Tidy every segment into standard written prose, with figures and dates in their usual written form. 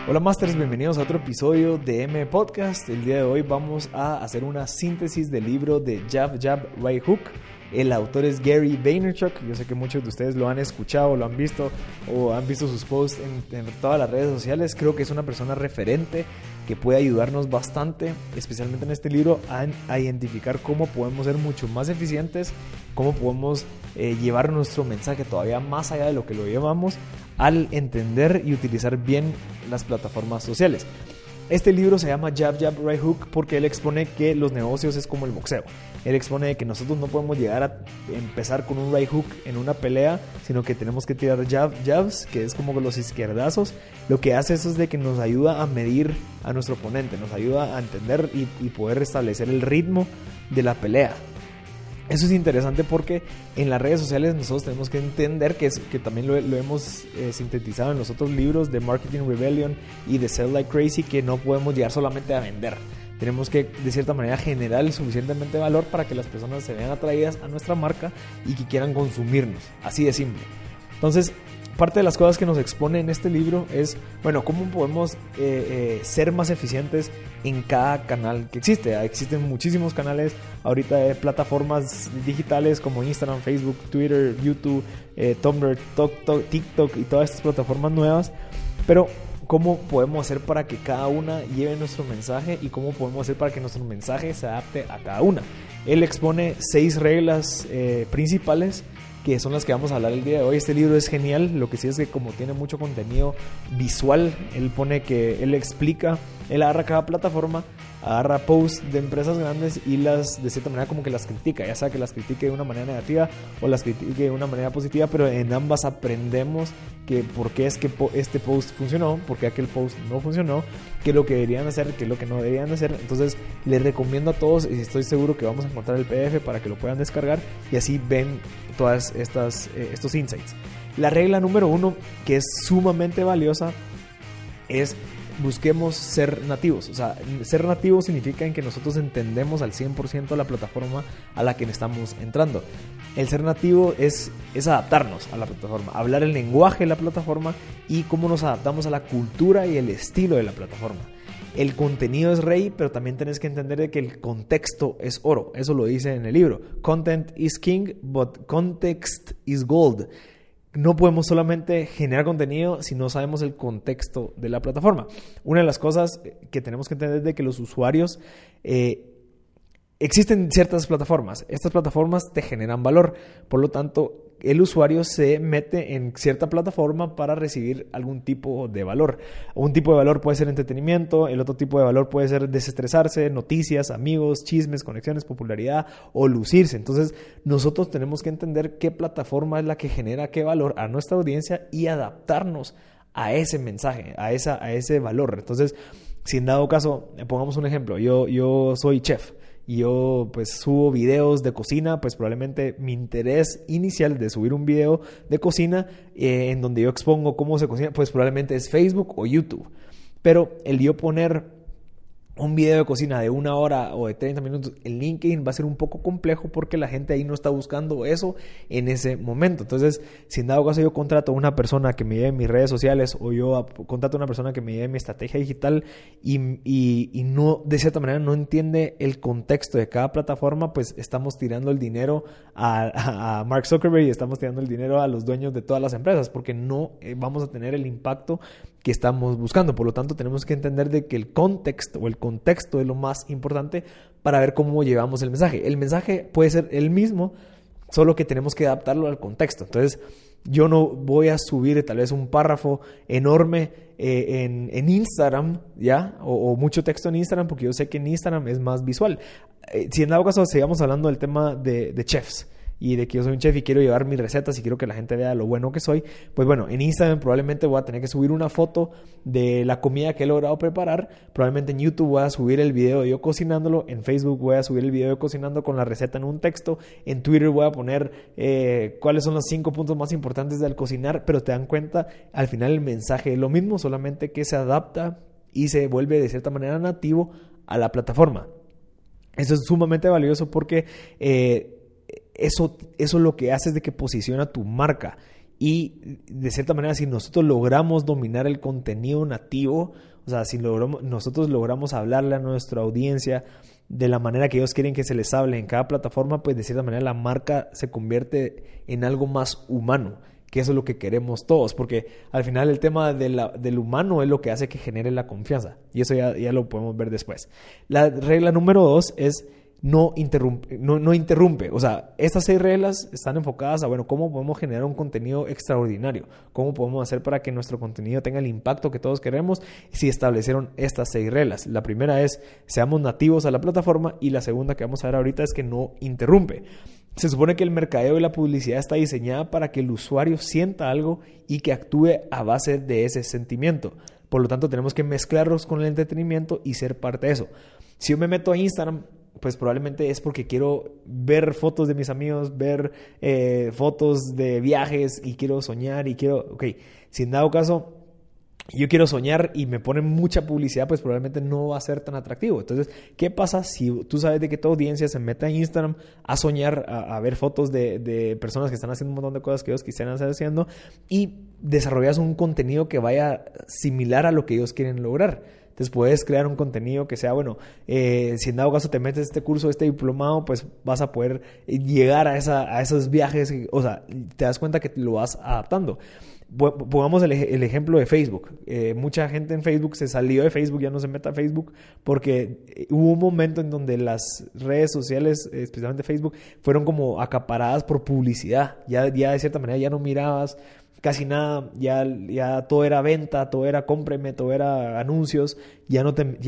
Hola Masters, bienvenidos a otro episodio de M Podcast. El día de hoy vamos a hacer una síntesis del libro de Jab, Jab, Right Hook. El autor es Gary Vaynerchuk. Yo sé que muchos de ustedes lo han escuchado, lo han visto o han visto sus posts en todas las redes sociales. Creo que es una persona referente que puede ayudarnos bastante, especialmente en este libro, a identificar cómo podemos ser mucho más eficientes, cómo podemos llevar nuestro mensaje todavía más allá de lo que lo llevamos al entender y utilizar bien las plataformas sociales. Este libro se llama Jab, Jab, Right Hook porque él expone que los negocios es como el boxeo. Él expone que nosotros no podemos llegar a empezar con un right hook en una pelea, sino que tenemos que tirar jabs, que es como los izquierdazos. Lo que hace eso es de que nos ayuda a medir a nuestro oponente, nos ayuda a entender y poder restablecer el ritmo de la pelea. Eso es interesante porque en las redes sociales nosotros tenemos que entender que también lo hemos sintetizado en los otros libros de Marketing Rebellion y de Sell Like Crazy, que no podemos llegar solamente a vender. Tenemos que de cierta manera generar el suficientemente valor para que las personas se vean atraídas a nuestra marca y que quieran consumirnos. Así de simple. Entonces, parte de las cosas que nos expone en este libro es, bueno, cómo podemos ser más eficientes en cada canal que existe. Existen muchísimos canales ahorita de plataformas digitales como Instagram, Facebook, Twitter, YouTube, Tumblr, TikTok y todas estas plataformas nuevas. Pero cómo podemos hacer para que cada una lleve nuestro mensaje y cómo podemos hacer para que nuestro mensaje se adapte a cada una. Él expone 6 reglas principales que son las que vamos a hablar el día de hoy. Este libro es genial, lo que sí es que como tiene mucho contenido visual, él explica, él agarra cada plataforma, agarra posts de empresas grandes y las de cierta manera como que las critica, ya sea que las critique de una manera negativa o las critique de una manera positiva, pero en ambas aprendemos que por qué es que este post funcionó, por qué aquel post no funcionó, qué es lo que deberían hacer, qué es lo que no deberían hacer. Entonces les recomiendo a todos, y estoy seguro que vamos a encontrar el PDF para que lo puedan descargar y así ven todas estos insights. La regla número 1, que es sumamente valiosa, es busquemos ser nativos. O sea, ser nativos significa en que nosotros entendemos al 100% la plataforma a la que estamos entrando. El ser nativo es adaptarnos a la plataforma, hablar el lenguaje de la plataforma y cómo nos adaptamos a la cultura y el estilo de la plataforma. El contenido es rey, pero también tenés que entender de que el contexto es oro. Eso lo dice en el libro. Content is king, but context is gold. No podemos solamente generar contenido si no sabemos el contexto de la plataforma. Una de las cosas que tenemos que entender es de que los usuarios existen ciertas plataformas. Estas plataformas te generan valor. Por lo tanto, el usuario se mete en cierta plataforma para recibir algún tipo de valor. Un tipo de valor puede ser entretenimiento, el otro tipo de valor puede ser desestresarse, noticias, amigos, chismes, conexiones, popularidad o lucirse. Entonces, nosotros tenemos que entender qué plataforma es la que genera qué valor a nuestra audiencia y adaptarnos a ese mensaje, a ese valor. Entonces, si en dado caso, pongamos un ejemplo, yo soy chef y yo pues subo videos de cocina, pues probablemente mi interés inicial de subir un video de cocina en donde yo expongo cómo se cocina, pues probablemente es Facebook o YouTube. Pero el yo poner un video de cocina de 1 hora o de 30 minutos en LinkedIn va a ser un poco complejo porque la gente ahí no está buscando eso en ese momento. Entonces, si en dado caso yo contrato a una persona que me lleve mis redes sociales o yo contrato a una persona que me lleve mi estrategia digital y no, de cierta manera no entiende el contexto de cada plataforma, pues estamos tirando el dinero a Mark Zuckerberg y estamos tirando el dinero a los dueños de todas las empresas porque no vamos a tener el impacto que estamos buscando. Por lo tanto, tenemos que entender de que el contexto es lo más importante para ver cómo llevamos el mensaje. El mensaje puede ser el mismo, solo que tenemos que adaptarlo al contexto. Entonces, yo no voy a subir tal vez un párrafo enorme en Instagram, ¿ya? O mucho texto en Instagram, porque yo sé que en Instagram es más visual. Si en dado caso sigamos hablando del tema de chefs, y de que yo soy un chef y quiero llevar mis recetas y quiero que la gente vea lo bueno que soy, pues bueno, en Instagram probablemente voy a tener que subir una foto de la comida que he logrado preparar, probablemente en YouTube voy a subir el video de yo cocinándolo, en Facebook voy a subir el video de cocinando con la receta en un texto, en Twitter voy a poner cuáles son los 5 puntos más importantes del cocinar, pero te dan cuenta, al final el mensaje es lo mismo, solamente que se adapta y se vuelve de cierta manera nativo a la plataforma. Eso es sumamente valioso porque eso lo que hace es de que posiciona tu marca Y de cierta manera, si nosotros logramos dominar el contenido nativo, o sea, si nosotros logramos hablarle a nuestra audiencia de la manera que ellos quieren que se les hable en cada plataforma, pues de cierta manera la marca se convierte en algo más humano, que eso es lo que queremos todos, porque al final el tema del humano es lo que hace que genere la confianza, y eso ya lo podemos ver después. La regla número 2 es no interrumpe. O sea, estas 6 reglas están enfocadas a, bueno, cómo podemos generar un contenido extraordinario, cómo podemos hacer para que nuestro contenido tenga el impacto que todos queremos, si establecieron estas 6 reglas. La primera es, seamos nativos a la plataforma, y la segunda que vamos a ver ahorita es que no interrumpe. Se supone que el mercadeo y la publicidad está diseñada para que el usuario sienta algo y que actúe a base de ese sentimiento. Por lo tanto, tenemos que mezclarlos con el entretenimiento y ser parte de eso. Si yo me meto a Instagram, pues probablemente es porque quiero ver fotos de mis amigos, ver fotos de viajes, y quiero soñar y quiero... Ok, si en dado caso yo quiero soñar y me ponen mucha publicidad, pues probablemente no va a ser tan atractivo. Entonces, ¿qué pasa si tú sabes de que tu audiencia se mete a Instagram a soñar, a ver fotos de personas que están haciendo un montón de cosas que ellos quisieran estar haciendo, y desarrollas un contenido que vaya similar a lo que ellos quieren lograr? Entonces puedes crear un contenido que sea, bueno, si en dado caso te metes este curso, este diplomado, pues vas a poder llegar a esos viajes, o sea, te das cuenta que lo vas adaptando. Pongamos el ejemplo de Facebook. Mucha gente en Facebook se salió de Facebook, ya no se mete a Facebook, porque hubo un momento en donde las redes sociales, especialmente Facebook, fueron como acaparadas por publicidad. Ya de cierta manera ya no mirabas casi nada, ya todo era venta, todo era cómpreme, todo era anuncios, ya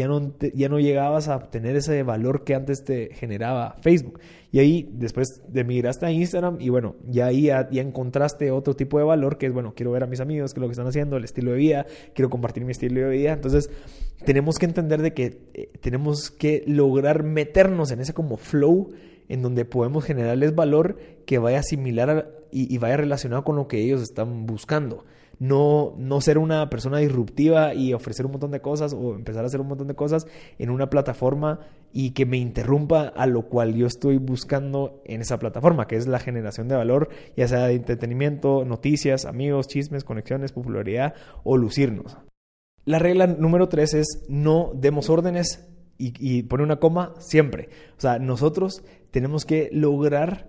no llegabas a obtener ese valor que antes te generaba Facebook. Y ahí después migraste a Instagram, y bueno, ya encontraste otro tipo de valor, que es, bueno, quiero ver a mis amigos, qué es lo que están haciendo, el estilo de vida, quiero compartir mi estilo de vida. Entonces tenemos que entender de que tenemos que lograr meternos en ese como flow, en donde podemos generarles valor que vaya similar y vaya relacionado con lo que ellos están buscando. No ser una persona disruptiva y ofrecer un montón de cosas, o empezar a hacer un montón de cosas en una plataforma y que me interrumpa a lo cual yo estoy buscando en esa plataforma, que es la generación de valor, ya sea de entretenimiento, noticias, amigos, chismes, conexiones, popularidad o lucirnos. La regla número 3 es no demos órdenes y pone una coma siempre. O sea, nosotros tenemos que lograr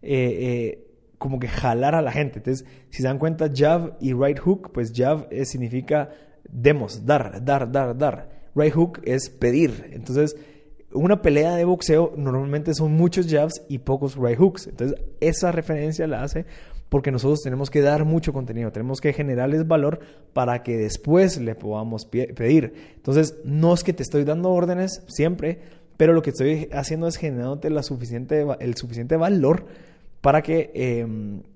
como que jalar a la gente. Entonces, si se dan cuenta, jab y right hook, pues jab significa demos, dar. Right hook es pedir. Entonces, una pelea de boxeo normalmente son muchos jabs y pocos right hooks. Entonces, esa referencia la hace porque nosotros tenemos que dar mucho contenido, tenemos que generarles valor para que después le podamos pedir. Entonces, no es que te estoy dando órdenes siempre, pero lo que estoy haciendo es generándote el suficiente valor para que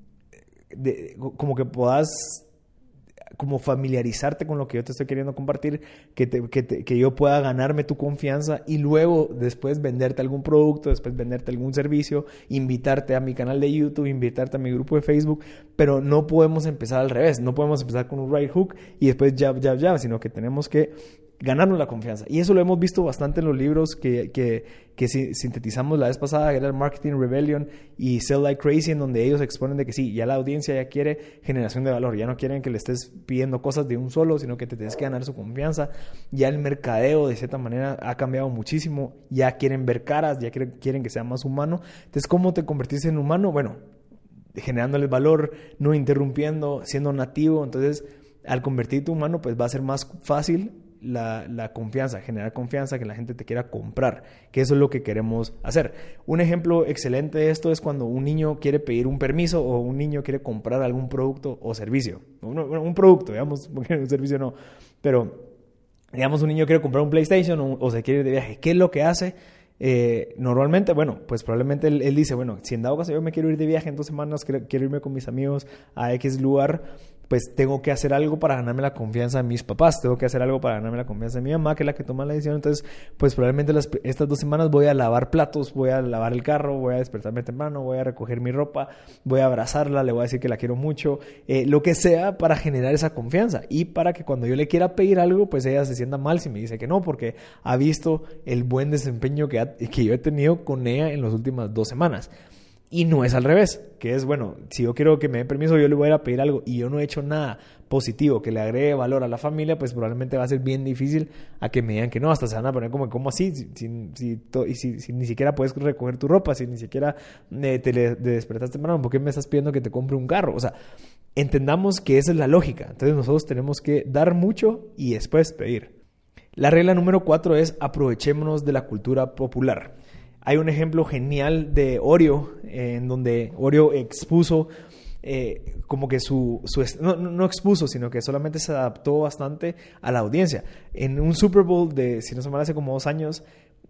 como que puedas como familiarizarte con lo que yo te estoy queriendo compartir, que yo pueda ganarme tu confianza y luego después venderte algún producto, después venderte algún servicio, invitarte a mi canal de YouTube, invitarte a mi grupo de Facebook, pero no podemos empezar al revés, no podemos empezar con un right hook y después jab, sino que tenemos que ganarnos la confianza. Y eso lo hemos visto bastante en los libros que sintetizamos la vez pasada, que era el Marketing Rebellion y Sell Like Crazy, en donde ellos exponen de que sí, ya la audiencia ya quiere generación de valor, ya no quieren que le estés pidiendo cosas de un solo, sino que te tienes que ganar su confianza. Ya el mercadeo de cierta manera ha cambiado muchísimo, ya quieren ver caras, ya quieren que sea más humano. Entonces, ¿cómo te convertiste en humano? Bueno, generándole valor, no interrumpiendo, siendo nativo. Entonces, al convertirte en humano, pues va a ser más fácil la confianza, generar confianza, que la gente te quiera comprar, que eso es lo que queremos hacer. Un ejemplo excelente de esto es cuando un niño quiere pedir un permiso o un niño quiere comprar algún producto o servicio. Un producto, digamos, porque un servicio no, pero digamos un niño quiere comprar un PlayStation o se quiere ir de viaje. ¿Qué es lo que hace? Normalmente, bueno, pues probablemente él dice, bueno, si en dado caso yo me quiero ir de viaje en 2 semanas, quiero irme con mis amigos a X lugar, pues tengo que hacer algo para ganarme la confianza de mis papás, tengo que hacer algo para ganarme la confianza de mi mamá, que es la que toma la decisión. Entonces, pues probablemente estas 2 semanas voy a lavar platos, voy a lavar el carro, voy a despertarme temprano, voy a recoger mi ropa, voy a abrazarla, le voy a decir que la quiero mucho, lo que sea para generar esa confianza y para que cuando yo le quiera pedir algo, pues ella se sienta mal si me dice que no, porque ha visto el buen desempeño que yo he tenido con ella en las últimas 2 semanas. Y no es al revés, que es, bueno, si yo quiero que me dé permiso, yo le voy a ir a pedir algo y yo no he hecho nada positivo que le agregue valor a la familia, pues probablemente va a ser bien difícil a que me digan que no. Hasta se van a poner como ¿cómo así? Si ni siquiera puedes recoger tu ropa, si ni siquiera te despertaste temprano, ¿por qué me estás pidiendo que te compre un carro? O sea, entendamos que esa es la lógica. Entonces nosotros tenemos que dar mucho y después pedir. La regla número 4 es aprovechémonos de la cultura popular. Hay un ejemplo genial de Oreo, en donde Oreo expuso como que no expuso, sino que solamente se adaptó bastante a la audiencia. En un Super Bowl si no se me mal, hace como 2 años,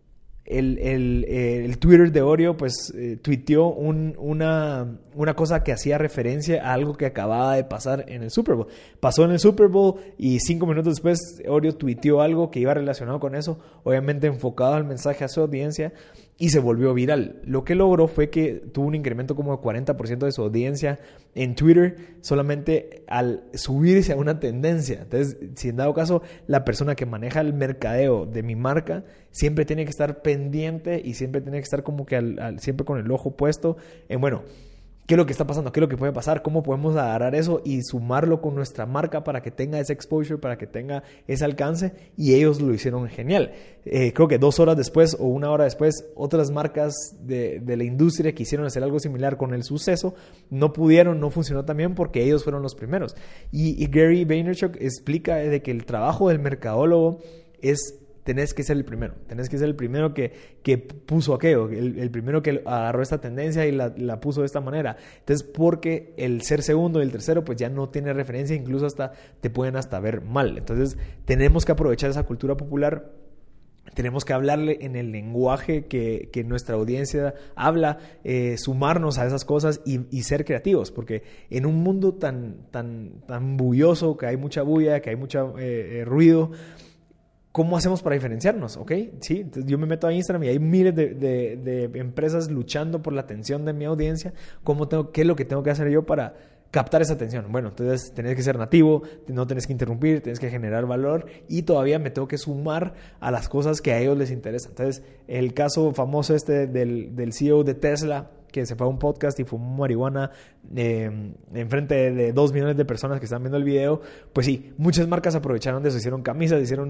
el Twitter de Oreo pues tuiteó una cosa que hacía referencia a algo que acababa de pasar en el Super Bowl. Pasó en el Super Bowl y 5 minutos después Oreo tuiteó algo que iba relacionado con eso, obviamente enfocado al mensaje a su audiencia, y se volvió viral. Lo que logró fue que tuvo un incremento como de 40% de su audiencia en Twitter solamente al subirse a una tendencia. Entonces, si en dado caso la persona que maneja el mercadeo de mi marca siempre tiene que estar pendiente y siempre tiene que estar como que siempre con el ojo puesto en, bueno, ¿qué es lo que está pasando? ¿Qué es lo que puede pasar? ¿Cómo podemos agarrar eso y sumarlo con nuestra marca para que tenga ese exposure, para que tenga ese alcance? Y ellos lo hicieron genial. Creo que 2 horas después o 1 hora después, otras marcas de la industria quisieron hacer algo similar con el suceso. No pudieron, no funcionó tan bien porque ellos fueron los primeros. Y Gary Vaynerchuk explica de que el trabajo del mercadólogo es: tenés que ser el primero. Tenés que ser el primero que puso aquello, el primero que agarró esta tendencia y la puso de esta manera. Entonces, porque el ser segundo y el tercero, pues ya no tiene referencia, incluso hasta te pueden hasta ver mal. Entonces, tenemos que aprovechar esa cultura popular. Tenemos que hablarle en el lenguaje que nuestra audiencia habla, sumarnos a esas cosas y ser creativos, porque en un mundo tan bulloso, que hay mucha bulla, que hay mucho ruido, ¿cómo hacemos para diferenciarnos? ¿Ok? Sí, entonces yo me meto a Instagram y hay miles de empresas luchando por la atención de mi audiencia. ¿Qué es lo que tengo que hacer yo para captar esa atención? Bueno, entonces tenés que ser nativo, no tenés que interrumpir, tenés que generar valor y todavía me tengo que sumar a las cosas que a ellos les interesan. Entonces, el caso famoso del CEO de Tesla, que se fue a un podcast y fumó marihuana en frente de 2 millones de personas que están viendo el video, pues sí, muchas marcas aprovecharon de eso, hicieron camisas, hicieron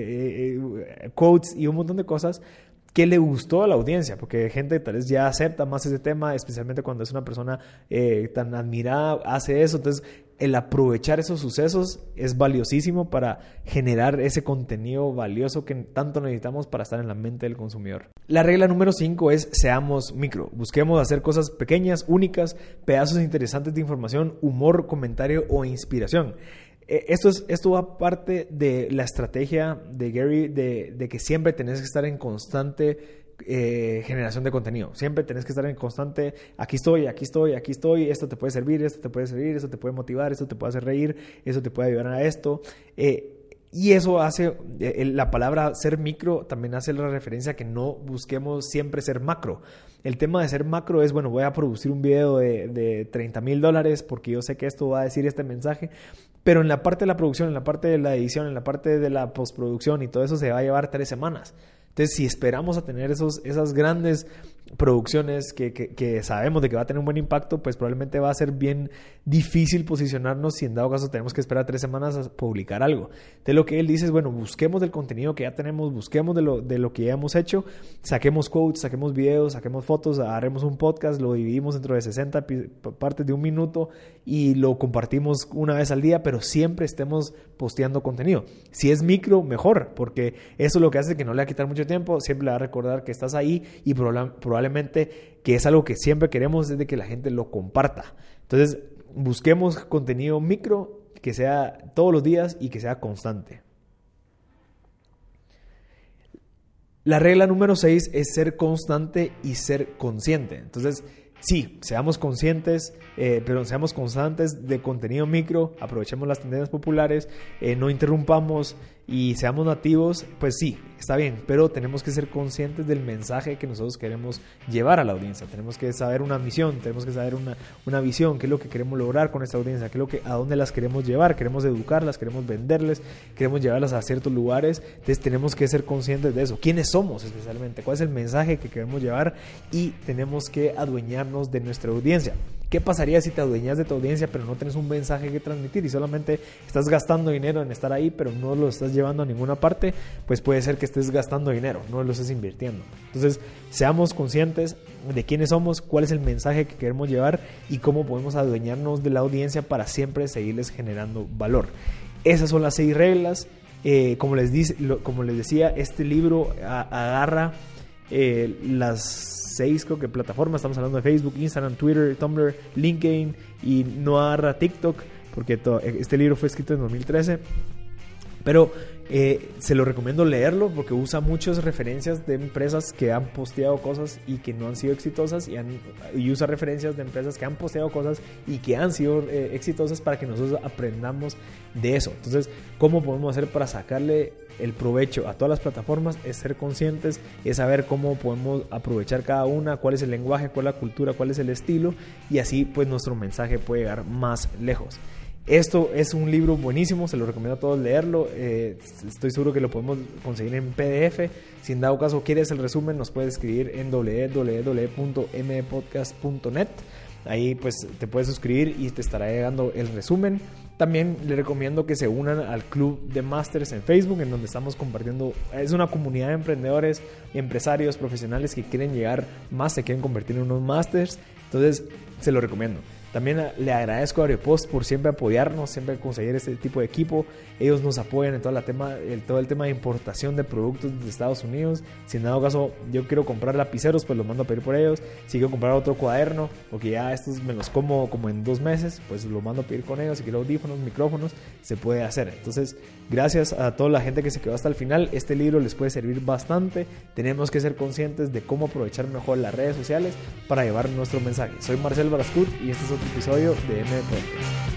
quotes y un montón de cosas que le gustó a la audiencia, porque gente tal vez ya acepta más ese tema, especialmente cuando es una persona tan admirada, hace eso. Entonces, el aprovechar esos sucesos es valiosísimo para generar ese contenido valioso que tanto necesitamos para estar en la mente del consumidor. La regla número 5 es: seamos micro. Busquemos hacer cosas pequeñas, únicas, pedazos interesantes de información, humor, comentario o inspiración. Esto va parte de la estrategia de Gary de que siempre tenés que estar en constante generación de contenido. Siempre tenés que estar en constante: aquí estoy, esto te puede servir, esto te puede servir, esto te puede motivar, esto te puede hacer reír, esto te puede ayudar a esto. Y eso hace, la palabra ser micro también hace la referencia a que no busquemos siempre ser macro. El tema de ser macro es, bueno, voy a producir un video de $30,000 porque yo sé que esto va a decir este mensaje, pero en la parte de la producción, en la parte de la edición, en la parte de la postproducción y todo eso se va a llevar 3 semanas. Entonces, si esperamos a tener esas grandes producciones que sabemos de que va a tener un buen impacto, pues probablemente va a ser bien difícil posicionarnos si en dado caso tenemos que esperar 3 semanas a publicar algo. Entonces, lo que él dice es, bueno, busquemos del contenido que ya tenemos, busquemos de lo que ya hemos hecho, saquemos quotes, saquemos videos, saquemos fotos, haremos un podcast, lo dividimos dentro de 60 partes de 1 minuto y lo compartimos una vez al día, pero siempre estemos posteando contenido. Si es micro, mejor, porque eso es lo que hace que no le va a quitar mucho tiempo, siempre le va a recordar que estás ahí y probablemente que es algo que siempre queremos, es de que la gente lo comparta. Entonces, busquemos contenido micro que sea todos los días y que sea constante. La regla número 6 es ser constante y ser consciente. Entonces, sí, seamos conscientes, pero seamos constantes de contenido micro, aprovechemos las tendencias populares, no interrumpamos, y seamos nativos, pues sí, está bien, pero tenemos que ser conscientes del mensaje que nosotros queremos llevar a la audiencia. Tenemos que saber una misión, tenemos que saber una visión, qué es lo que queremos lograr con esta audiencia, a dónde las queremos llevar, queremos educarlas, queremos venderles, queremos llevarlas a ciertos lugares. Entonces tenemos que ser conscientes de eso, quiénes somos especialmente, cuál es el mensaje que queremos llevar, y tenemos que adueñarnos de nuestra audiencia. ¿Qué pasaría si te adueñas de tu audiencia pero no tienes un mensaje que transmitir y solamente estás gastando dinero en estar ahí pero no lo estás llevando a ninguna parte? Pues puede ser que estés gastando dinero, no lo estés invirtiendo. Entonces, seamos conscientes de quiénes somos, cuál es el mensaje que queremos llevar y cómo podemos adueñarnos de la audiencia para siempre seguirles generando valor. Esas son las 6 reglas. Como les decía, este libro agarra las 6 creo que plataformas. Estamos hablando de Facebook, Instagram, Twitter, Tumblr, LinkedIn, y no agarra TikTok porque este libro fue escrito en 2013. Pero se lo recomiendo leerlo porque usa muchas referencias de empresas que han posteado cosas y que no han sido exitosas, y usa referencias de empresas que han posteado cosas y que han sido exitosas para que nosotros aprendamos de eso. Entonces, ¿cómo podemos hacer para sacarle el provecho a todas las plataformas? Es ser conscientes, es saber cómo podemos aprovechar cada una, cuál es el lenguaje, cuál es la cultura, cuál es el estilo, y así pues nuestro mensaje puede llegar más lejos. Esto es un libro buenísimo, se lo recomiendo a todos leerlo. Estoy seguro que lo podemos conseguir en PDF. Si en dado caso quieres el resumen, nos puedes escribir en www.mpodcast.net. Ahí pues te puedes suscribir y te estará llegando el resumen. También les recomiendo que se unan al club de Masters en Facebook, en donde estamos compartiendo. Es una comunidad de emprendedores, empresarios, profesionales que quieren llegar más, se quieren convertir en unos Masters. Entonces se lo recomiendo. También le agradezco a Aeropost por siempre apoyarnos, siempre conseguir este tipo de equipo. Ellos nos apoyan en todo el tema de importación de productos de Estados Unidos. Si en dado caso yo quiero comprar lapiceros, pues los mando a pedir por ellos. Si quiero comprar otro cuaderno, porque ya estos me los como en 2 meses, pues los mando a pedir con ellos. Si quiero audífonos, micrófonos, se puede hacer. Entonces, gracias a toda la gente que se quedó hasta el final. Este libro les puede servir bastante. Tenemos que ser conscientes de cómo aprovechar mejor las redes sociales para llevar nuestro mensaje. Soy Marcel Barascut y este es otro episodio de M Podcast.